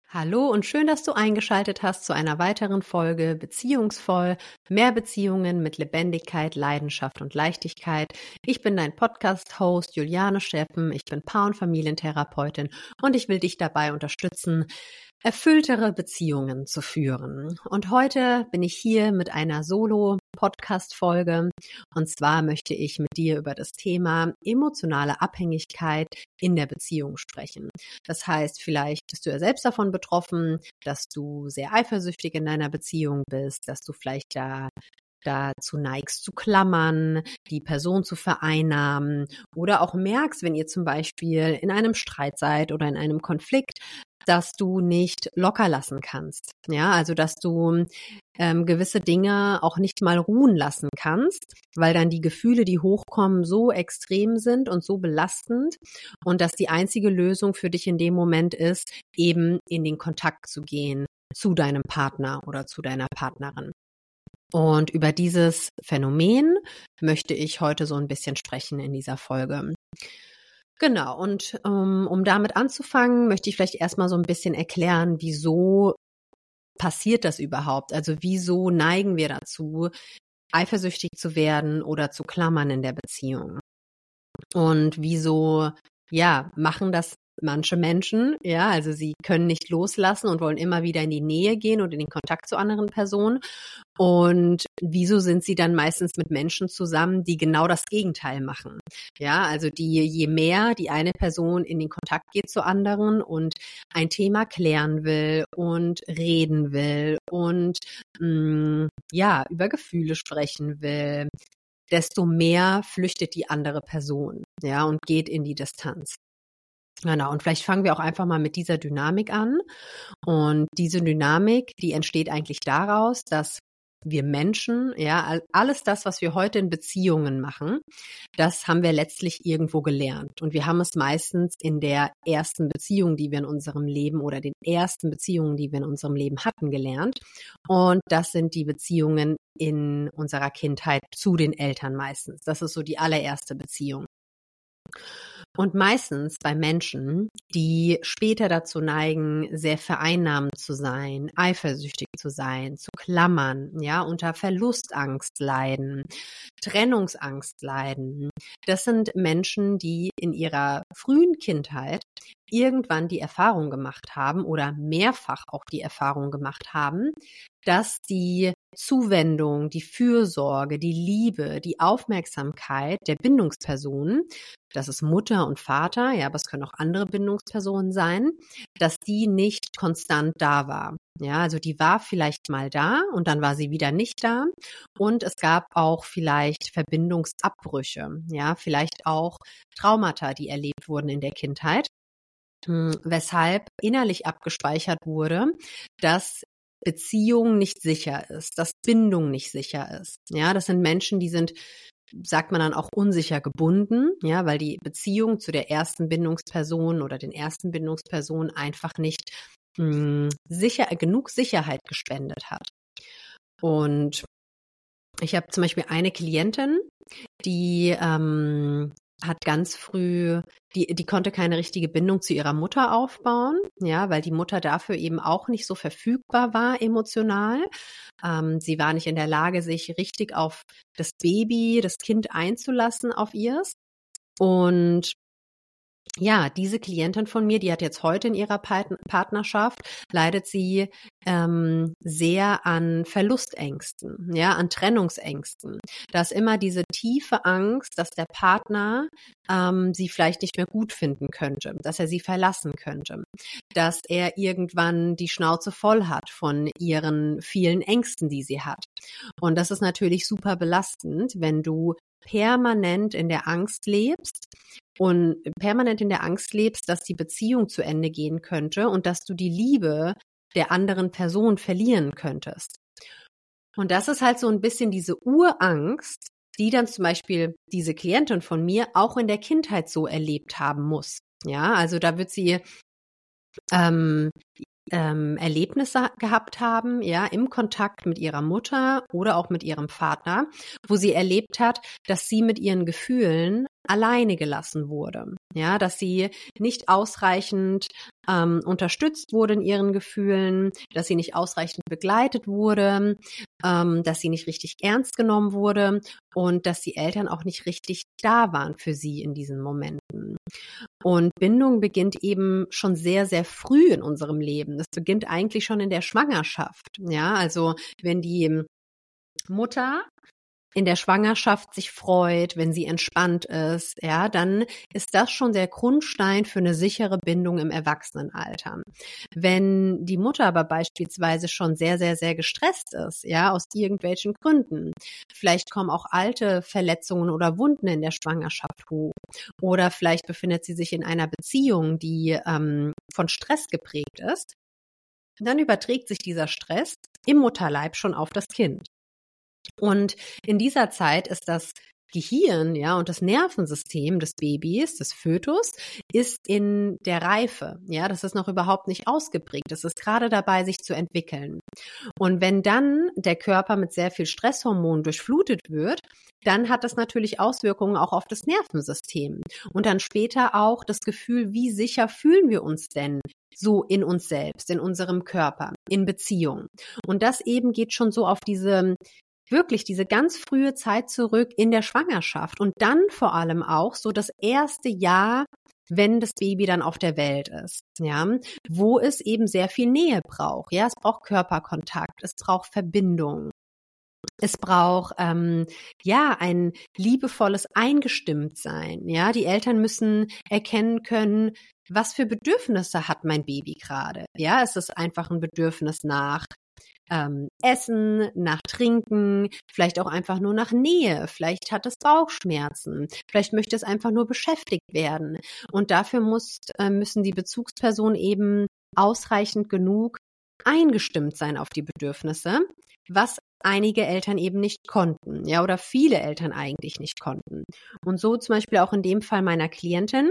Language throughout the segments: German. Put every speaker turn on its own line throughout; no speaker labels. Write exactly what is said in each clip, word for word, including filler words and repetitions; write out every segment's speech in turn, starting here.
Hallo und schön, dass du eingeschaltet hast zu einer weiteren Folge Beziehungsvoll, mehr Beziehungen mit Lebendigkeit, Leidenschaft und Leichtigkeit. Ich bin dein Podcast-Host Juliane Steffen, ich bin Paar- und Familientherapeutin und ich will dich dabei unterstützen, erfülltere Beziehungen zu führen. Und heute bin ich hier mit einer Solo-Podcast-Folge und zwar möchte ich mit dir über das Thema emotionale Abhängigkeit in der Beziehung sprechen. Das heißt, vielleicht bist du ja selbst davon betroffen, dass du sehr eifersüchtig in deiner Beziehung bist, dass du vielleicht da dazu neigst zu klammern, die Person zu vereinnahmen oder auch merkst, wenn ihr zum Beispiel in einem Streit seid oder in einem Konflikt, dass du nicht locker lassen kannst. Ja, also dass du ähm, gewisse Dinge auch nicht mal ruhen lassen kannst, weil dann die Gefühle, die hochkommen, so extrem sind und so belastend und dass die einzige Lösung für dich in dem Moment ist, eben in den Kontakt zu gehen zu deinem Partner oder zu deiner Partnerin. Und über dieses Phänomen möchte ich heute so ein bisschen sprechen in dieser Folge. Genau, und ähm, um damit anzufangen, möchte ich vielleicht erstmal so ein bisschen erklären, wieso passiert das überhaupt? Also wieso neigen wir dazu, eifersüchtig zu werden oder zu klammern in der Beziehung? Und wieso, ja, machen das manche Menschen, ja, also sie können nicht loslassen und wollen immer wieder in die Nähe gehen und in den Kontakt zu anderen Personen. Und wieso sind sie dann meistens mit Menschen zusammen, die genau das Gegenteil machen? Ja, also die, je mehr die eine Person in den Kontakt geht zu anderen und ein Thema klären will und reden will und mh, ja, über Gefühle sprechen will, desto mehr flüchtet die andere Person, ja, und geht in die Distanz. Genau, und vielleicht fangen wir auch einfach mal mit dieser Dynamik an. Und diese Dynamik, die entsteht eigentlich daraus, dass wir Menschen, ja, alles das, was wir heute in Beziehungen machen, das haben wir letztlich irgendwo gelernt. Und wir haben es meistens in der ersten Beziehung, die wir in unserem Leben oder den ersten Beziehungen, die wir in unserem Leben hatten, gelernt. Und das sind die Beziehungen in unserer Kindheit zu den Eltern meistens. Das ist so die allererste Beziehung. Und meistens bei Menschen, die später dazu neigen, sehr vereinnahmend zu sein, eifersüchtig zu sein, zu klammern, ja, unter Verlustangst leiden, Trennungsangst leiden. Das sind Menschen, die in ihrer frühen Kindheit irgendwann die Erfahrung gemacht haben oder mehrfach auch die Erfahrung gemacht haben, dass die Zuwendung, die Fürsorge, die Liebe, die Aufmerksamkeit der Bindungspersonen, das ist Mutter und Vater, ja, aber es können auch andere Bindungspersonen sein, dass die nicht konstant da war. Ja, also die war vielleicht mal da und dann war sie wieder nicht da und es gab auch vielleicht Verbindungsabbrüche, ja, vielleicht auch Traumata, die erlebt wurden in der Kindheit, weshalb innerlich abgespeichert wurde, dass Beziehung nicht sicher ist, dass Bindung nicht sicher ist. Ja, das sind Menschen, die sind, sagt man dann auch, unsicher gebunden, ja, weil die Beziehung zu der ersten Bindungsperson oder den ersten Bindungspersonen einfach nicht mh, sicher, genug Sicherheit gespendet hat. Und ich habe zum Beispiel eine Klientin, die ähm, hat ganz früh, die, die konnte keine richtige Bindung zu ihrer Mutter aufbauen, ja, weil die Mutter dafür eben auch nicht so verfügbar war emotional. Ähm, sie war nicht in der Lage, sich richtig auf das Baby, das Kind einzulassen, auf ihrs. Und ja, diese Klientin von mir, die hat jetzt heute in ihrer Partnerschaft, leidet sie ähm, sehr an Verlustängsten, ja, an Trennungsängsten. Da ist immer diese tiefe Angst, dass der Partner ähm, sie vielleicht nicht mehr gut finden könnte, dass er sie verlassen könnte, dass er irgendwann die Schnauze voll hat von ihren vielen Ängsten, die sie hat. Und das ist natürlich super belastend, wenn du permanent in der Angst lebst und permanent in der Angst lebst, dass die Beziehung zu Ende gehen könnte und dass du die Liebe der anderen Person verlieren könntest. Und das ist halt so ein bisschen diese Urangst, die dann zum Beispiel diese Klientin von mir auch in der Kindheit so erlebt haben muss. Ja, also da wird sie ähm, ähm, Erlebnisse gehabt haben, ja, im Kontakt mit ihrer Mutter oder auch mit ihrem Vater, wo sie erlebt hat, dass sie mit ihren Gefühlen alleine gelassen wurde. Ja, dass sie nicht ausreichend ähm, unterstützt wurde in ihren Gefühlen, dass sie nicht ausreichend begleitet wurde, ähm, dass sie nicht richtig ernst genommen wurde und dass die Eltern auch nicht richtig da waren für sie in diesen Momenten. Und Bindung beginnt eben schon sehr, sehr früh in unserem Leben. Das beginnt eigentlich schon in der Schwangerschaft. Ja, also wenn die Mutter in der Schwangerschaft sich freut, wenn sie entspannt ist, ja, dann ist das schon der Grundstein für eine sichere Bindung im Erwachsenenalter. Wenn die Mutter aber beispielsweise schon sehr, sehr, sehr gestresst ist, ja, aus irgendwelchen Gründen, vielleicht kommen auch alte Verletzungen oder Wunden in der Schwangerschaft hoch oder vielleicht befindet sie sich in einer Beziehung, die ähm, von Stress geprägt ist, dann überträgt sich dieser Stress im Mutterleib schon auf das Kind. Und in dieser Zeit ist das Gehirn, ja, und das Nervensystem des Babys, des Fötus, ist in der Reife, ja, das ist noch überhaupt nicht ausgeprägt, das ist gerade dabei, sich zu entwickeln. Und wenn dann der Körper mit sehr viel Stresshormonen durchflutet wird, dann hat das natürlich Auswirkungen auch auf das Nervensystem. Und dann später auch das Gefühl, wie sicher fühlen wir uns denn so in uns selbst, in unserem Körper, in Beziehung. Und das eben geht schon so auf diese wirklich diese ganz frühe Zeit zurück in der Schwangerschaft und dann vor allem auch so das erste Jahr, wenn das Baby dann auf der Welt ist, ja, wo es eben sehr viel Nähe braucht. Ja, es braucht Körperkontakt, es braucht Verbindung. Es braucht ähm, ja ein liebevolles Eingestimmtsein. Ja, die Eltern müssen erkennen können, was für Bedürfnisse hat mein Baby gerade. Ja, es ist einfach ein Bedürfnis nach Ähm, Essen, nach Trinken, vielleicht auch einfach nur nach Nähe, vielleicht hat es Bauchschmerzen, vielleicht möchte es einfach nur beschäftigt werden. Und dafür muss, äh, müssen die Bezugspersonen eben ausreichend genug eingestimmt sein auf die Bedürfnisse, was einige Eltern eben nicht konnten, ja, oder viele Eltern eigentlich nicht konnten. Und so zum Beispiel auch in dem Fall meiner Klientin,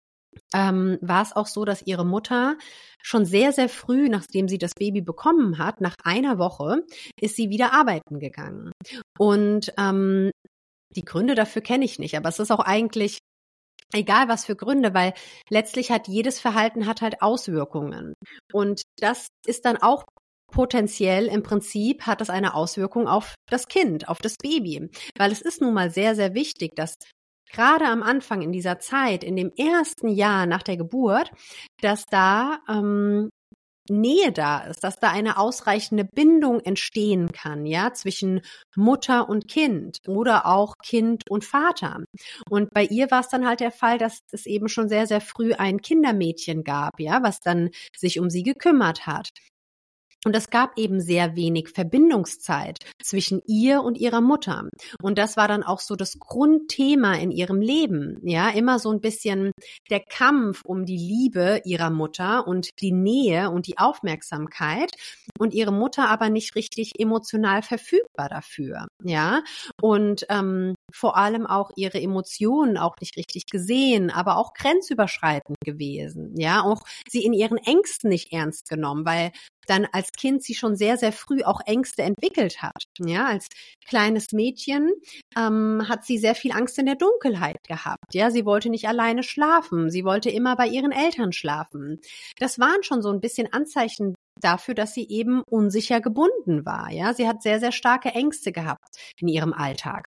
ähm, war es auch so, dass ihre Mutter schon sehr, sehr früh, nachdem sie das Baby bekommen hat, nach einer Woche, ist sie wieder arbeiten gegangen. Und ähm, die Gründe dafür kenne ich nicht, aber es ist auch eigentlich egal, was für Gründe, weil letztlich hat jedes Verhalten hat halt Auswirkungen. Und das ist dann auch potenziell im Prinzip hat das eine Auswirkung auf das Kind, auf das Baby. Weil es ist nun mal sehr, sehr wichtig, dass gerade am Anfang in dieser Zeit, in dem ersten Jahr nach der Geburt, dass da ähm, Nähe da ist, dass da eine ausreichende Bindung entstehen kann, ja, zwischen Mutter und Kind oder auch Kind und Vater. Und bei ihr war es dann halt der Fall, dass es eben schon sehr, sehr früh ein Kindermädchen gab, ja, was dann sich um sie gekümmert hat. Und es gab eben sehr wenig Verbindungszeit zwischen ihr und ihrer Mutter. Und das war dann auch so das Grundthema in ihrem Leben. Ja, immer so ein bisschen der Kampf um die Liebe ihrer Mutter und die Nähe und die Aufmerksamkeit. Und ihre Mutter aber nicht richtig emotional verfügbar dafür. Ja, und ähm, vor allem auch ihre Emotionen auch nicht richtig gesehen, aber auch grenzüberschreitend gewesen. Ja, auch sie in ihren Ängsten nicht ernst genommen, weil dann als Kind sie schon sehr, sehr früh auch Ängste entwickelt hat. Ja, als kleines Mädchen ähm, hat sie sehr viel Angst in der Dunkelheit gehabt. Ja, sie wollte nicht alleine schlafen. Sie wollte immer bei ihren Eltern schlafen. Das waren schon so ein bisschen Anzeichen dafür, dass sie eben unsicher gebunden war. Ja, sie hat sehr, sehr starke Ängste gehabt in ihrem Alltag.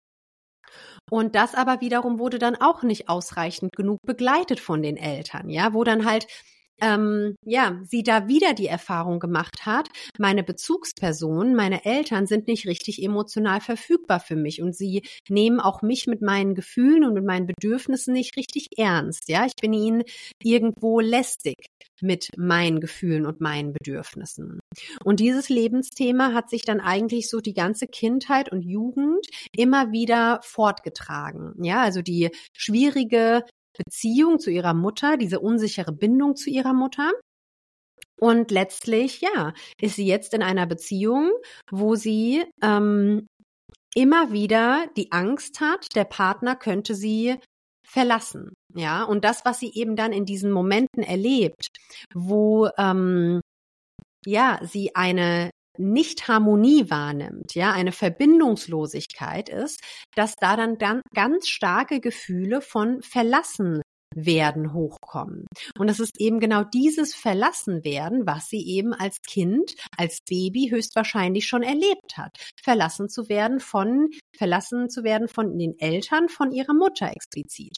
Und das aber wiederum wurde dann auch nicht ausreichend genug begleitet von den Eltern. Ja, wo dann halt Ähm, ja, sie da wieder die Erfahrung gemacht hat, meine Bezugspersonen, meine Eltern sind nicht richtig emotional verfügbar für mich und sie nehmen auch mich mit meinen Gefühlen und mit meinen Bedürfnissen nicht richtig ernst. Ja, ich bin ihnen irgendwo lästig mit meinen Gefühlen und meinen Bedürfnissen. Und dieses Lebensthema hat sich dann eigentlich so die ganze Kindheit und Jugend immer wieder fortgetragen. Ja, also die schwierige Beziehung zu ihrer Mutter, diese unsichere Bindung zu ihrer Mutter. Und letztlich, ja, ist sie jetzt in einer Beziehung, wo sie ähm, immer wieder die Angst hat, der Partner könnte sie verlassen. Ja, und das, was sie eben dann in diesen Momenten erlebt, wo ähm, ja sie eine Nicht-Harmonie wahrnimmt, ja, eine Verbindungslosigkeit ist, dass da dann, dann ganz starke Gefühle von Verlassen werden hochkommen. Und das ist eben genau dieses Verlassenwerden, was sie eben als Kind, als Baby höchstwahrscheinlich schon erlebt hat. Verlassen zu werden von, verlassen zu werden von den Eltern, von ihrer Mutter explizit.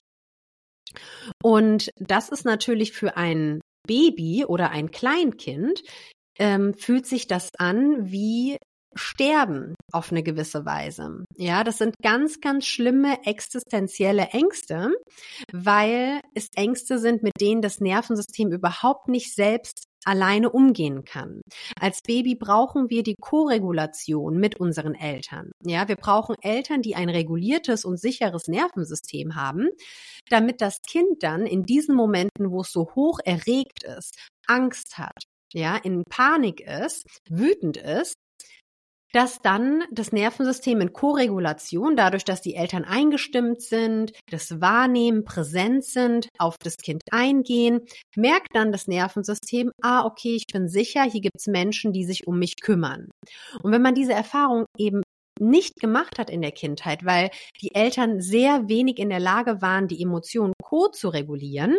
Und das ist natürlich für ein Baby oder ein Kleinkind, ähm, fühlt sich das an wie Sterben auf eine gewisse Weise. Ja, das sind ganz, ganz schlimme existenzielle Ängste, weil es Ängste sind, mit denen das Nervensystem überhaupt nicht selbst alleine umgehen kann. Als Baby brauchen wir die Koregulation mit unseren Eltern. Ja, wir brauchen Eltern, die ein reguliertes und sicheres Nervensystem haben, damit das Kind dann in diesen Momenten, wo es so hoch erregt ist, Angst hat, ja, in Panik ist, wütend ist, dass dann das Nervensystem in Koregulation, dadurch, dass die Eltern eingestimmt sind, das Wahrnehmen, präsent sind, auf das Kind eingehen, merkt dann das Nervensystem, ah, okay, ich bin sicher, hier gibt's Menschen, die sich um mich kümmern. Und wenn man diese Erfahrung eben nicht gemacht hat in der Kindheit, weil die Eltern sehr wenig in der Lage waren, die Emotionen ko-zu-regulieren,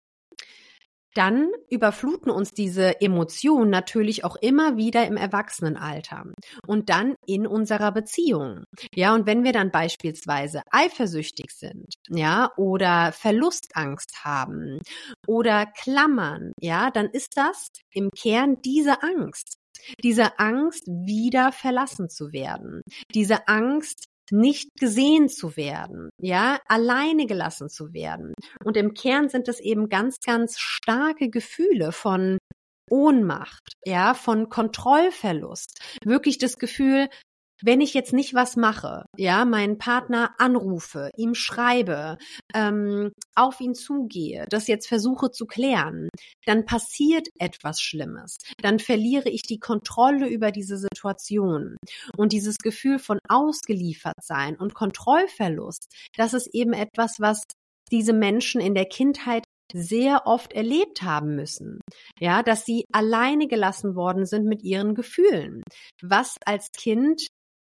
dann überfluten uns diese Emotionen natürlich auch immer wieder im Erwachsenenalter und dann in unserer Beziehung. Ja, und wenn wir dann beispielsweise eifersüchtig sind, ja, oder Verlustangst haben oder klammern, ja, dann ist das im Kern diese Angst. Diese Angst, wieder verlassen zu werden. Diese Angst, nicht gesehen zu werden, ja, alleine gelassen zu werden. Und im Kern sind es eben ganz, ganz starke Gefühle von Ohnmacht, ja, von Kontrollverlust. Wirklich das Gefühl, wenn ich jetzt nicht was mache, ja, meinen Partner anrufe, ihm schreibe, ähm, auf ihn zugehe, das jetzt versuche zu klären, dann passiert etwas Schlimmes. Dann verliere ich die Kontrolle über diese Situation. Und dieses Gefühl von ausgeliefert sein und Kontrollverlust, das ist eben etwas, was diese Menschen in der Kindheit sehr oft erlebt haben müssen, ja, dass sie alleine gelassen worden sind mit ihren Gefühlen, was als Kind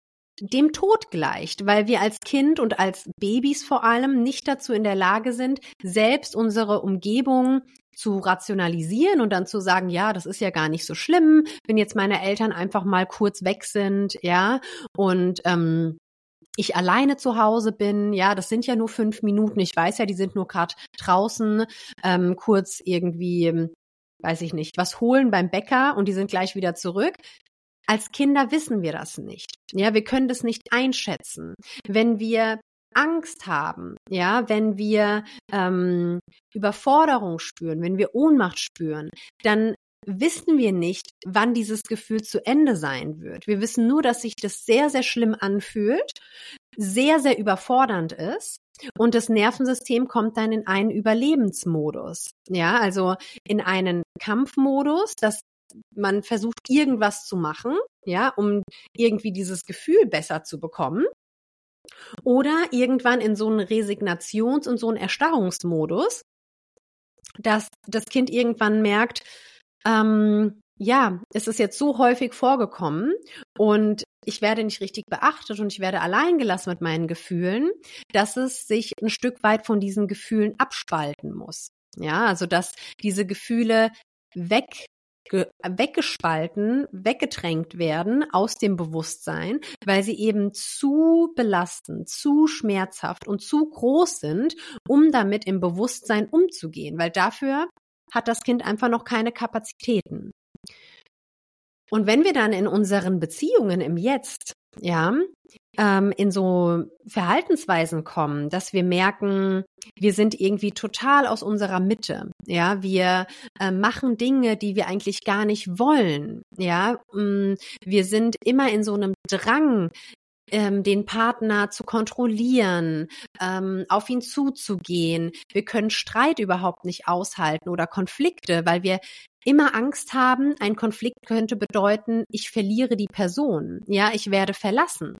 dem Tod gleicht, weil wir als Kind und als Babys vor allem nicht dazu in der Lage sind, selbst unsere Umgebung zu rationalisieren und dann zu sagen, ja, das ist ja gar nicht so schlimm, wenn jetzt meine Eltern einfach mal kurz weg sind, ja, und ähm, ich alleine zu Hause bin, ja, das sind ja nur fünf Minuten, ich weiß ja, die sind nur gerade draußen, ähm, kurz irgendwie, weiß ich nicht, was holen beim Bäcker und die sind gleich wieder zurück. Als Kinder wissen wir das nicht. Ja, wir können das nicht einschätzen. Wenn wir Angst haben, ja, wenn wir ähm, Überforderung spüren, wenn wir Ohnmacht spüren, dann wissen wir nicht, wann dieses Gefühl zu Ende sein wird. Wir wissen nur, dass sich das sehr, sehr schlimm anfühlt, sehr, sehr überfordernd ist und das Nervensystem kommt dann in einen Überlebensmodus. Ja, also in einen Kampfmodus, das man versucht, irgendwas zu machen, ja, um irgendwie dieses Gefühl besser zu bekommen. Oder irgendwann in so einen Resignations- und so einen Erstarrungsmodus, dass das Kind irgendwann merkt, ähm, ja, es ist jetzt so häufig vorgekommen und ich werde nicht richtig beachtet und ich werde allein gelassen mit meinen Gefühlen, dass es sich ein Stück weit von diesen Gefühlen abspalten muss. Ja, also dass diese Gefühle weg weggespalten, weggedrängt werden aus dem Bewusstsein, weil sie eben zu belastend, zu schmerzhaft und zu groß sind, um damit im Bewusstsein umzugehen, weil dafür hat das Kind einfach noch keine Kapazitäten. Und wenn wir dann in unseren Beziehungen im Jetzt, ja, ähm, in so Verhaltensweisen kommen, dass wir merken, wir sind irgendwie total aus unserer Mitte, ja, wir äh, machen Dinge, die wir eigentlich gar nicht wollen, ja, ähm, wir sind immer in so einem Drang, ähm, den Partner zu kontrollieren, ähm, auf ihn zuzugehen, wir können Streit überhaupt nicht aushalten oder Konflikte, weil wir immer Angst haben, ein Konflikt könnte bedeuten, ich verliere die Person, ja, ich werde verlassen.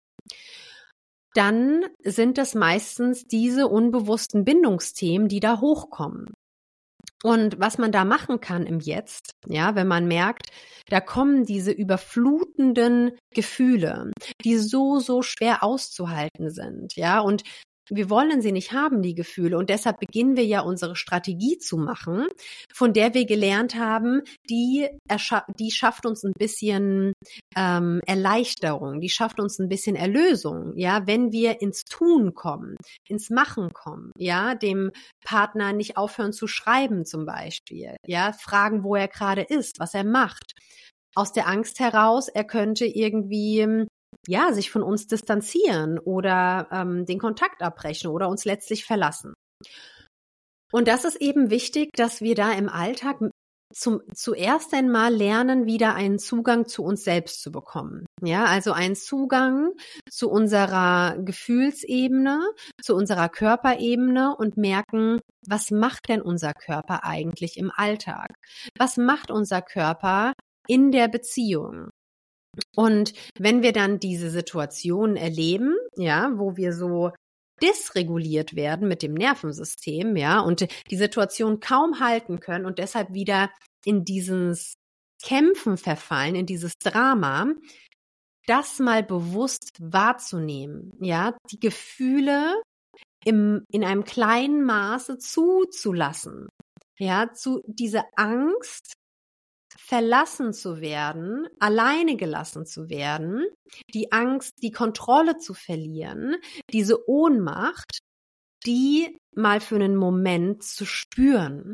Dann sind es meistens diese unbewussten Bindungsthemen, die da hochkommen. Und was man da machen kann im Jetzt, ja, wenn man merkt, Da kommen diese überflutenden Gefühle, die so, so schwer auszuhalten sind, ja, und wir wollen sie nicht haben, die Gefühle. Und deshalb beginnen wir ja unsere Strategie zu machen, von der wir gelernt haben, die, die schafft uns ein bisschen ähm, Erleichterung, die schafft uns ein bisschen Erlösung, ja, wenn wir ins Tun kommen, ins Machen kommen, ja, dem Partner nicht aufhören zu schreiben zum Beispiel, ja, fragen, wo er gerade ist, was er macht. Aus der Angst heraus, er könnte irgendwie ja, sich von uns distanzieren oder ähm, den Kontakt abbrechen oder uns letztlich verlassen. Und das ist eben wichtig, dass wir da im Alltag zum, zuerst einmal lernen, wieder einen Zugang zu uns selbst zu bekommen. Ja, also einen Zugang zu unserer Gefühlsebene, zu unserer Körperebene und merken, was macht denn unser Körper eigentlich im Alltag? Was macht unser Körper in der Beziehung? Und wenn wir dann diese Situation erleben, ja, wo wir so dysreguliert werden mit dem Nervensystem, ja, und die Situation kaum halten können und deshalb wieder in dieses Kämpfen verfallen, in dieses Drama, das mal bewusst wahrzunehmen, ja, die Gefühle im, in einem kleinen Maße zuzulassen, ja, zu diese Angst, verlassen zu werden, alleine gelassen zu werden, die Angst, die Kontrolle zu verlieren, diese Ohnmacht, die mal für einen Moment zu spüren.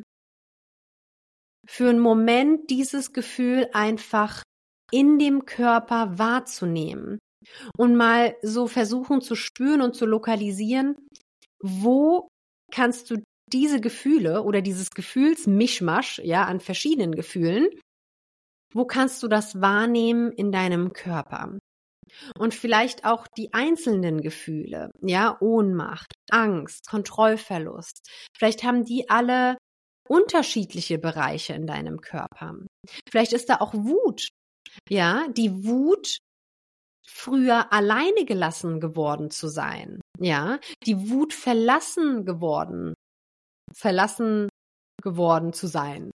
Für einen Moment dieses Gefühl einfach in dem Körper wahrzunehmen und mal so versuchen zu spüren und zu lokalisieren, wo kannst du diese Gefühle oder dieses Gefühlsmischmasch, ja, an verschiedenen Gefühlen, wo kannst du das wahrnehmen in deinem Körper? Und vielleicht auch die einzelnen Gefühle, ja, Ohnmacht, Angst, Kontrollverlust. Vielleicht haben die alle unterschiedliche Bereiche in deinem Körper. Vielleicht ist da auch Wut, ja, die Wut, früher alleine gelassen geworden zu sein, ja, die Wut verlassen geworden, verlassen geworden zu sein.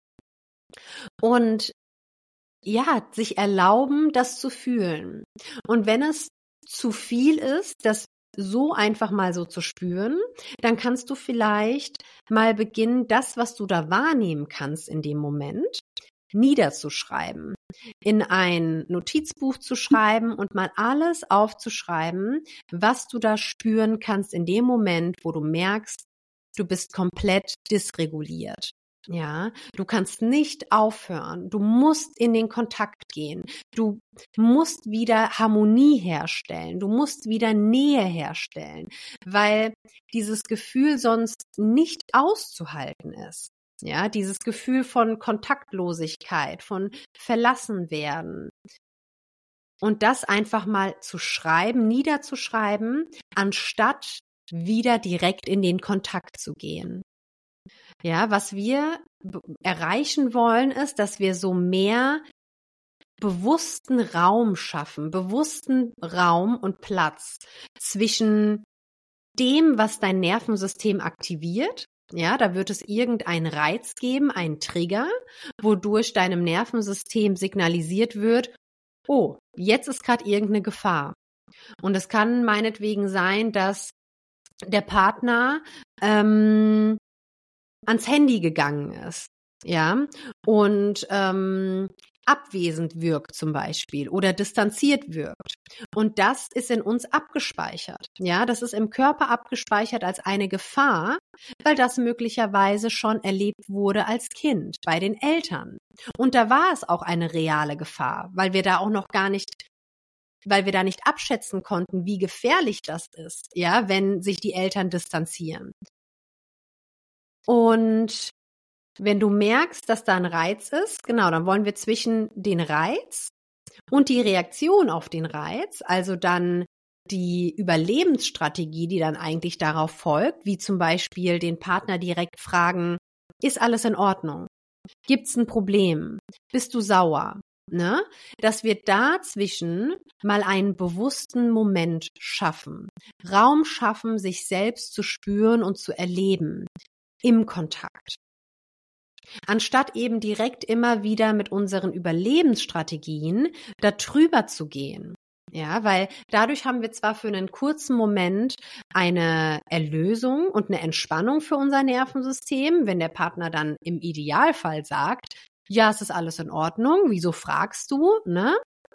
Und ja, sich erlauben, das zu fühlen. Und wenn es zu viel ist, das so einfach mal so zu spüren, dann kannst du vielleicht mal beginnen, das, was du da wahrnehmen kannst in dem Moment, niederzuschreiben, in ein Notizbuch zu schreiben und mal alles aufzuschreiben, was du da spüren kannst in dem Moment, wo du merkst, du bist komplett dysreguliert. Ja, du kannst nicht aufhören. Du musst in den Kontakt gehen. Du musst wieder Harmonie herstellen. Du musst wieder Nähe herstellen, weil dieses Gefühl sonst nicht auszuhalten ist. Ja, dieses Gefühl von Kontaktlosigkeit, von verlassen werden. Und das einfach mal zu schreiben, niederzuschreiben, anstatt wieder direkt in den Kontakt zu gehen. Ja, was wir erreichen wollen, ist, dass wir so mehr bewussten Raum schaffen, bewussten Raum und Platz zwischen dem, was dein Nervensystem aktiviert. Ja, da wird es irgendeinen Reiz geben, einen Trigger, wodurch deinem Nervensystem signalisiert wird, oh, jetzt ist gerade irgendeine Gefahr. Und es kann meinetwegen sein, dass der Partner ähm, ans Handy gegangen ist, ja, und ähm, abwesend wirkt zum Beispiel oder distanziert wirkt. Und das ist in uns abgespeichert, ja, das ist im Körper abgespeichert als eine Gefahr, weil das möglicherweise schon erlebt wurde als Kind bei den Eltern. Und da war es auch eine reale Gefahr, weil wir da auch noch gar nicht weil wir da nicht abschätzen konnten, wie gefährlich das ist, ja, wenn sich die Eltern distanzieren. Und wenn du merkst, dass da ein Reiz ist, genau, dann wollen wir zwischen den Reiz und die Reaktion auf den Reiz, also dann die Überlebensstrategie, die dann eigentlich darauf folgt, wie zum Beispiel den Partner direkt fragen, ist alles in Ordnung? Gibt's ein Problem? Bist du sauer? Ne? Dass wir dazwischen mal einen bewussten Moment schaffen, Raum schaffen, sich selbst zu spüren und zu erleben im Kontakt. Anstatt eben direkt immer wieder mit unseren Überlebensstrategien da drüber zu gehen. Ja, weil dadurch haben wir zwar für einen kurzen Moment eine Erlösung und eine Entspannung für unser Nervensystem, wenn der Partner dann im Idealfall sagt, ja, es ist alles in Ordnung, wieso fragst du, ne?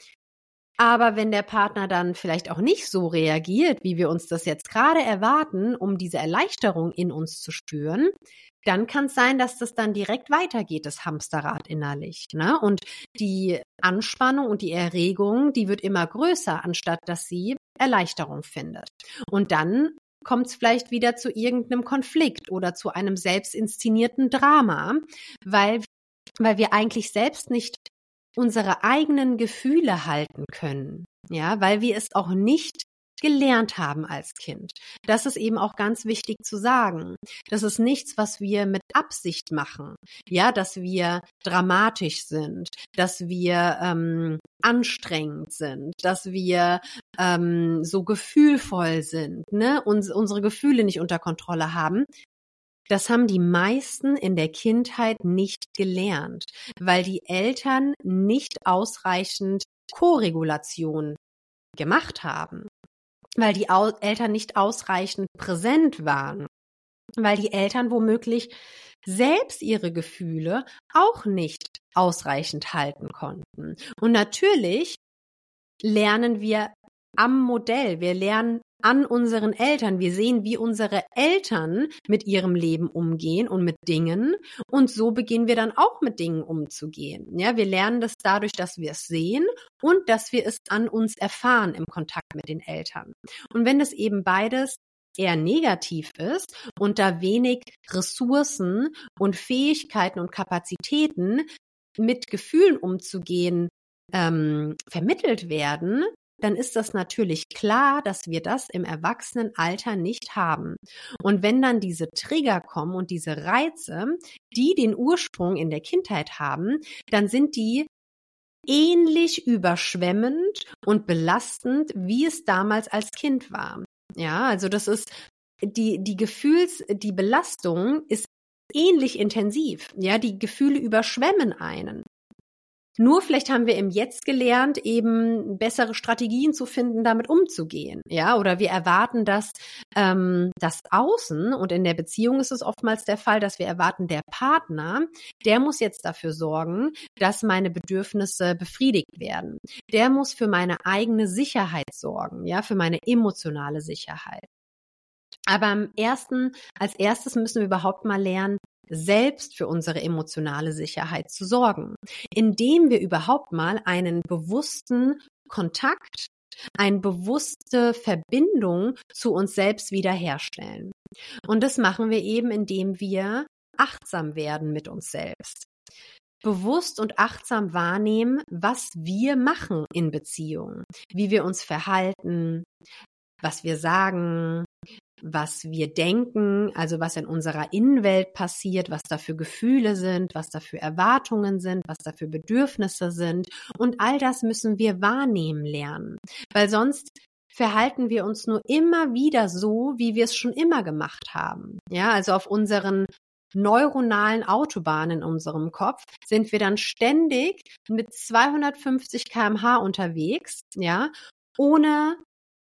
Aber wenn der Partner dann vielleicht auch nicht so reagiert, wie wir uns das jetzt gerade erwarten, um diese Erleichterung in uns zu spüren, dann kann es sein, dass das dann direkt weitergeht, das Hamsterrad innerlich, ne? Und die Anspannung und die Erregung, die wird immer größer, anstatt dass sie Erleichterung findet. Und dann kommt es vielleicht wieder zu irgendeinem Konflikt oder zu einem selbst inszenierten Drama, weil, weil wir eigentlich selbst nicht unsere eigenen Gefühle halten können, ja, weil wir es auch nicht gelernt haben als Kind. Das ist eben auch ganz wichtig zu sagen. Das ist nichts, was wir mit Absicht machen, ja, dass wir dramatisch sind, dass wir ähm, anstrengend sind, dass wir ähm, so gefühlvoll sind, ne, uns unsere Gefühle nicht unter Kontrolle haben. Das haben die meisten in der Kindheit nicht gelernt, weil die Eltern nicht ausreichend Koregulation gemacht haben, weil die Au- Eltern nicht ausreichend präsent waren, weil die Eltern womöglich selbst ihre Gefühle auch nicht ausreichend halten konnten. Und natürlich lernen wir am Modell, wir lernen an unseren Eltern. Wir sehen, wie unsere Eltern mit ihrem Leben umgehen und mit Dingen. Und so beginnen wir dann auch mit Dingen umzugehen. Ja, wir lernen das dadurch, dass wir es sehen und dass wir es an uns erfahren im Kontakt mit den Eltern. Und wenn das eben beides eher negativ ist und da wenig Ressourcen und Fähigkeiten und Kapazitäten mit Gefühlen umzugehen ähm, vermittelt werden, dann ist das natürlich klar, dass wir das im Erwachsenenalter nicht haben. Und wenn dann diese Trigger kommen und diese Reize, die den Ursprung in der Kindheit haben, dann sind die ähnlich überschwemmend und belastend, wie es damals als Kind war. Ja, also das ist die, die Gefühls, die Belastung ist ähnlich intensiv. Ja, die Gefühle überschwemmen einen. Nur vielleicht haben wir im Jetzt gelernt, eben bessere Strategien zu finden, damit umzugehen. Ja, oder wir erwarten, dass ähm, das Außen, und in der Beziehung ist es oftmals der Fall, dass wir erwarten, der Partner, der muss jetzt dafür sorgen, dass meine Bedürfnisse befriedigt werden. Der muss für meine eigene Sicherheit sorgen, ja, für meine emotionale Sicherheit. Aber am ersten, als erstes müssen wir überhaupt mal lernen, selbst für unsere emotionale Sicherheit zu sorgen, indem wir überhaupt mal einen bewussten Kontakt, eine bewusste Verbindung zu uns selbst wiederherstellen. Und das machen wir eben, indem wir achtsam werden mit uns selbst. Bewusst und achtsam wahrnehmen, was wir machen in Beziehungen, wie wir uns verhalten, was wir sagen, was wir denken, also was in unserer Innenwelt passiert, was da für Gefühle sind, was da für Erwartungen sind, was da für Bedürfnisse sind. Und all das müssen wir wahrnehmen lernen, weil sonst verhalten wir uns nur immer wieder so, wie wir es schon immer gemacht haben. Ja, also auf unseren neuronalen Autobahnen in unserem Kopf sind wir dann ständig mit zweihundertfünfzig Kilometer pro Stunde unterwegs, ja, ohne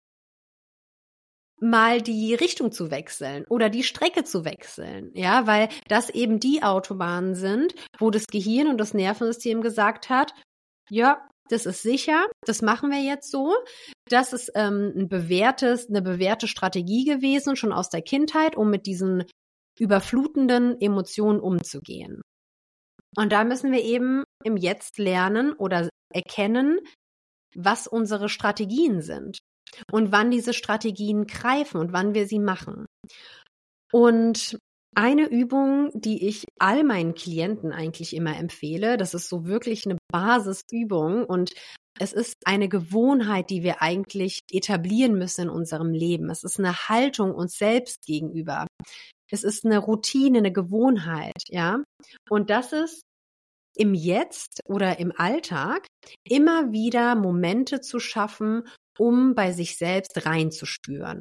mal die Richtung zu wechseln oder die Strecke zu wechseln, ja, weil das eben die Autobahnen sind, wo das Gehirn und das Nervensystem gesagt hat, ja, das ist sicher, das machen wir jetzt so. Das ist ähm, ein bewährtes, eine bewährte Strategie gewesen, schon aus der Kindheit, um mit diesen überflutenden Emotionen umzugehen. Und da müssen wir eben im Jetzt lernen oder erkennen, was unsere Strategien sind. Und wann diese Strategien greifen und wann wir sie machen. Und eine Übung, die ich all meinen Klienten eigentlich immer empfehle, das ist so wirklich eine Basisübung und es ist eine Gewohnheit, die wir eigentlich etablieren müssen in unserem Leben. Es ist eine Haltung uns selbst gegenüber. Es ist eine Routine, eine Gewohnheit, ja. Und das ist im Jetzt oder im Alltag immer wieder Momente zu schaffen, um bei sich selbst reinzuspüren.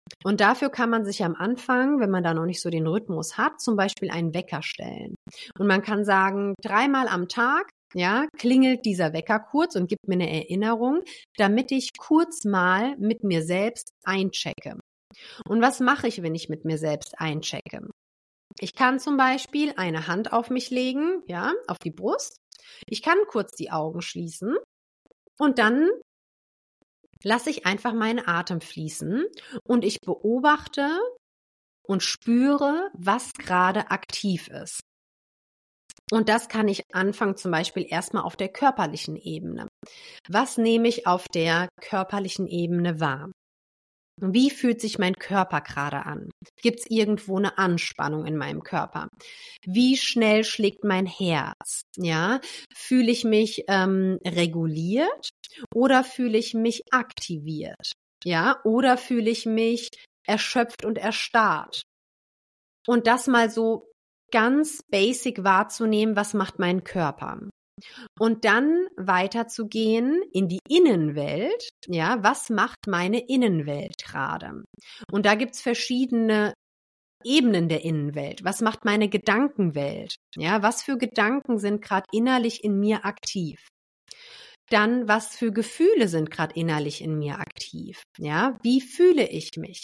Und dafür kann man sich am Anfang, wenn man da noch nicht so den Rhythmus hat, zum Beispiel einen Wecker stellen. Und man kann sagen, dreimal am Tag, ja, klingelt dieser Wecker kurz und gibt mir eine Erinnerung, damit ich kurz mal mit mir selbst einchecke. Und was mache ich, wenn ich mit mir selbst einchecke? Ich kann zum Beispiel eine Hand auf mich legen, ja, auf die Brust. Ich kann kurz die Augen schließen und dann lasse ich einfach meinen Atem fließen und ich beobachte und spüre, was gerade aktiv ist. Und das kann ich anfangen zum Beispiel erstmal auf der körperlichen Ebene. Was nehme ich auf der körperlichen Ebene wahr? Wie fühlt sich mein Körper gerade an? Gibt es irgendwo eine Anspannung in meinem Körper? Wie schnell schlägt mein Herz? Ja, fühle ich mich ähm, reguliert oder fühle ich mich aktiviert? Ja, oder fühle ich mich erschöpft und erstarrt? Und das mal so ganz basic wahrzunehmen, was macht mein Körper? Und dann weiterzugehen in die Innenwelt, ja, was macht meine Innenwelt gerade? Und da gibt's verschiedene Ebenen der Innenwelt. Was macht meine Gedankenwelt? Ja, was für Gedanken sind gerade innerlich in mir aktiv? Dann, was für Gefühle sind gerade innerlich in mir aktiv? Ja, wie fühle ich mich?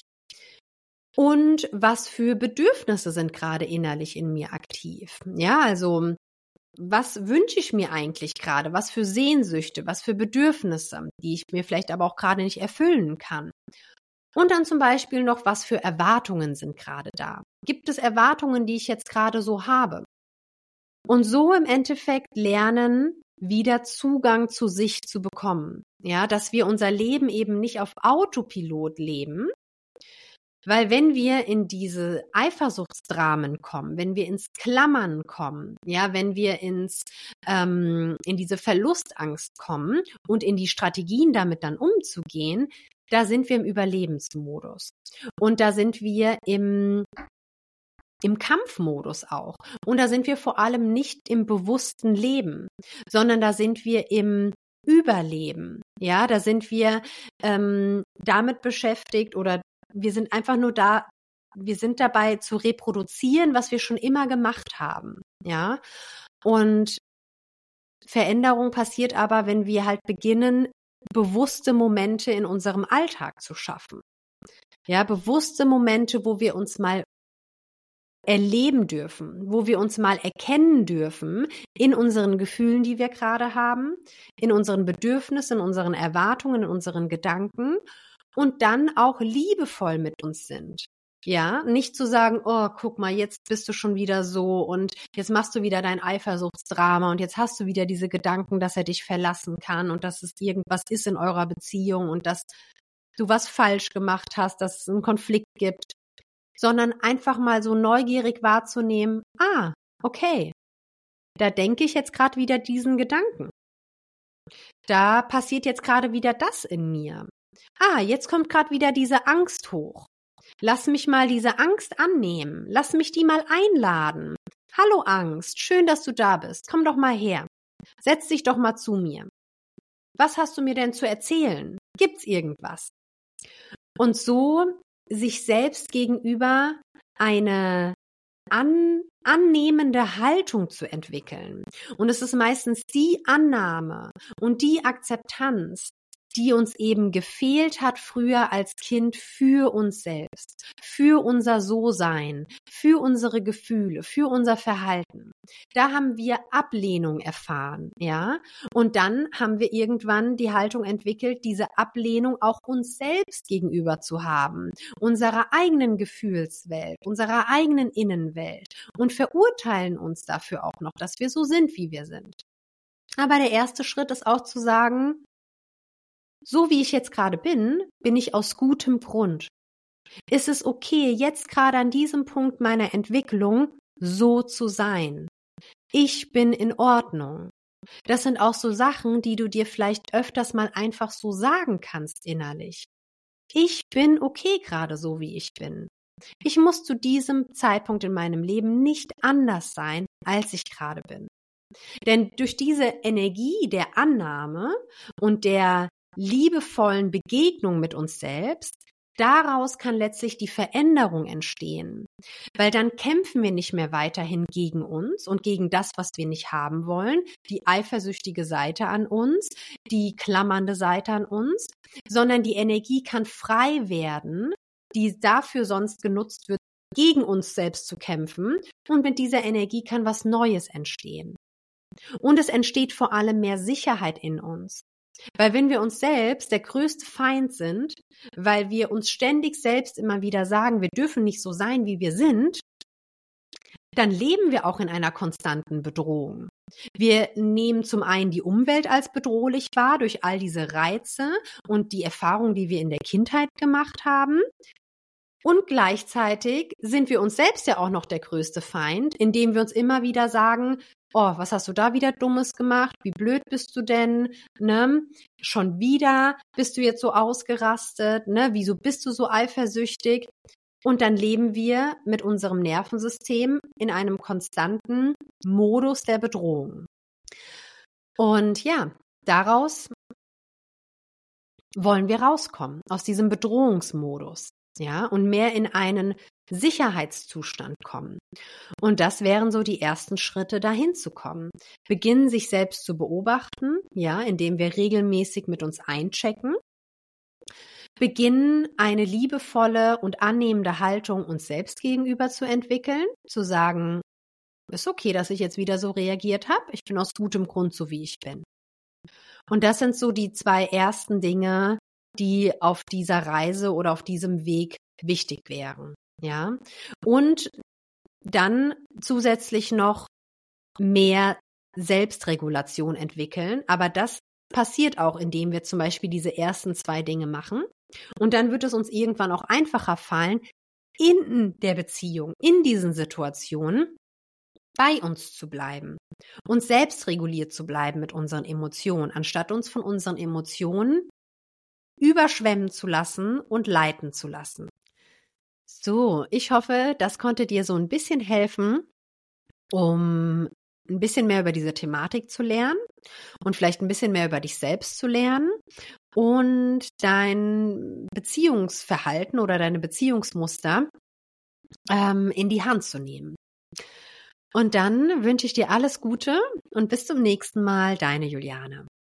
Und was für Bedürfnisse sind gerade innerlich in mir aktiv? Ja, also was wünsche ich mir eigentlich gerade? Was für Sehnsüchte, was für Bedürfnisse, die ich mir vielleicht aber auch gerade nicht erfüllen kann? Und dann zum Beispiel noch, was für Erwartungen sind gerade da? Gibt es Erwartungen, die ich jetzt gerade so habe? Und so im Endeffekt lernen, wieder Zugang zu sich zu bekommen. Ja, dass wir unser Leben eben nicht auf Autopilot leben, weil wenn wir in diese Eifersuchtsdramen kommen, wenn wir ins Klammern kommen, ja, wenn wir ins ähm, in diese Verlustangst kommen und in die Strategien damit dann umzugehen, da sind wir im Überlebensmodus. Und da sind wir im im Kampfmodus auch. Und da sind wir vor allem nicht im bewussten Leben, sondern da sind wir im Überleben. Ja, da sind wir ähm, damit beschäftigt oder wir sind einfach nur da, wir sind dabei zu reproduzieren, was wir schon immer gemacht haben, ja. Und Veränderung passiert aber, wenn wir halt beginnen, bewusste Momente in unserem Alltag zu schaffen. Ja, bewusste Momente, wo wir uns mal erleben dürfen, wo wir uns mal erkennen dürfen in unseren Gefühlen, die wir gerade haben, in unseren Bedürfnissen, in unseren Erwartungen, in unseren Gedanken. Und dann auch liebevoll mit uns sind. Ja, nicht zu sagen, oh, guck mal, jetzt bist du schon wieder so und jetzt machst du wieder dein Eifersuchtsdrama und jetzt hast du wieder diese Gedanken, dass er dich verlassen kann und dass es irgendwas ist in eurer Beziehung und dass du was falsch gemacht hast, dass es einen Konflikt gibt, sondern einfach mal so neugierig wahrzunehmen, ah, okay, da denke ich jetzt gerade wieder diesen Gedanken. Da passiert jetzt gerade wieder das in mir. Ah, jetzt kommt gerade wieder diese Angst hoch. Lass mich mal diese Angst annehmen. Lass mich die mal einladen. Hallo Angst, schön, dass du da bist. Komm doch mal her. Setz dich doch mal zu mir. Was hast du mir denn zu erzählen? Gibt's irgendwas? Und so sich selbst gegenüber eine an, annehmende Haltung zu entwickeln. Und es ist meistens die Annahme und die Akzeptanz, die uns eben gefehlt hat früher als Kind für uns selbst, für unser So-Sein, für unsere Gefühle, für unser Verhalten. Da haben wir Ablehnung erfahren, ja? Und dann haben wir irgendwann die Haltung entwickelt, diese Ablehnung auch uns selbst gegenüber zu haben, unserer eigenen Gefühlswelt, unserer eigenen Innenwelt und verurteilen uns dafür auch noch, dass wir so sind, wie wir sind. Aber der erste Schritt ist auch zu sagen, so wie ich jetzt gerade bin, bin ich aus gutem Grund. Ist es okay, jetzt gerade an diesem Punkt meiner Entwicklung so zu sein? Ich bin in Ordnung. Das sind auch so Sachen, die du dir vielleicht öfters mal einfach so sagen kannst innerlich. Ich bin okay gerade so, wie ich bin. Ich muss zu diesem Zeitpunkt in meinem Leben nicht anders sein, als ich gerade bin. Denn durch diese Energie der Annahme und der liebevollen Begegnung mit uns selbst daraus kann letztlich die Veränderung entstehen, weil dann kämpfen wir nicht mehr weiterhin gegen uns und gegen das, was wir nicht haben wollen, die eifersüchtige Seite an uns, die klammernde Seite an uns, sondern die Energie kann frei werden, die dafür sonst genutzt wird, gegen uns selbst zu kämpfen, und mit dieser Energie kann was Neues entstehen. Und es entsteht vor allem mehr Sicherheit in uns. Weil wenn wir uns selbst der größte Feind sind, weil wir uns ständig selbst immer wieder sagen, wir dürfen nicht so sein, wie wir sind, dann leben wir auch in einer konstanten Bedrohung. Wir nehmen zum einen die Umwelt als bedrohlich wahr durch all diese Reize und die Erfahrungen, die wir in der Kindheit gemacht haben. Und gleichzeitig sind wir uns selbst ja auch noch der größte Feind, indem wir uns immer wieder sagen, oh, was hast du da wieder Dummes gemacht? Wie blöd bist du denn? Ne? Schon wieder bist du jetzt so ausgerastet? Ne? Wieso bist du so eifersüchtig? Und dann leben wir mit unserem Nervensystem in einem konstanten Modus der Bedrohung. Und ja, daraus wollen wir rauskommen, aus diesem Bedrohungsmodus. Ja, und mehr in einen Sicherheitszustand kommen. Und das wären so die ersten Schritte, dahin zu kommen. Beginnen, sich selbst zu beobachten, ja, indem wir regelmäßig mit uns einchecken. Beginnen, eine liebevolle und annehmende Haltung uns selbst gegenüber zu entwickeln, zu sagen, ist okay, dass ich jetzt wieder so reagiert habe, ich bin aus gutem Grund so, wie ich bin. Und das sind so die zwei ersten Dinge, die auf dieser Reise oder auf diesem Weg wichtig wären, ja. Und dann zusätzlich noch mehr Selbstregulation entwickeln, aber das passiert auch, indem wir zum Beispiel diese ersten zwei Dinge machen. Und dann wird es uns irgendwann auch einfacher fallen, in der Beziehung, in diesen Situationen bei uns zu bleiben und selbst reguliert zu bleiben mit unseren Emotionen, anstatt uns von unseren Emotionen überschwemmen zu lassen und leiten zu lassen. So, ich hoffe, das konnte dir so ein bisschen helfen, um ein bisschen mehr über diese Thematik zu lernen und vielleicht ein bisschen mehr über dich selbst zu lernen und dein Beziehungsverhalten oder deine Beziehungsmuster ähm, in die Hand zu nehmen. Und dann wünsche ich dir alles Gute und bis zum nächsten Mal, deine Juliane.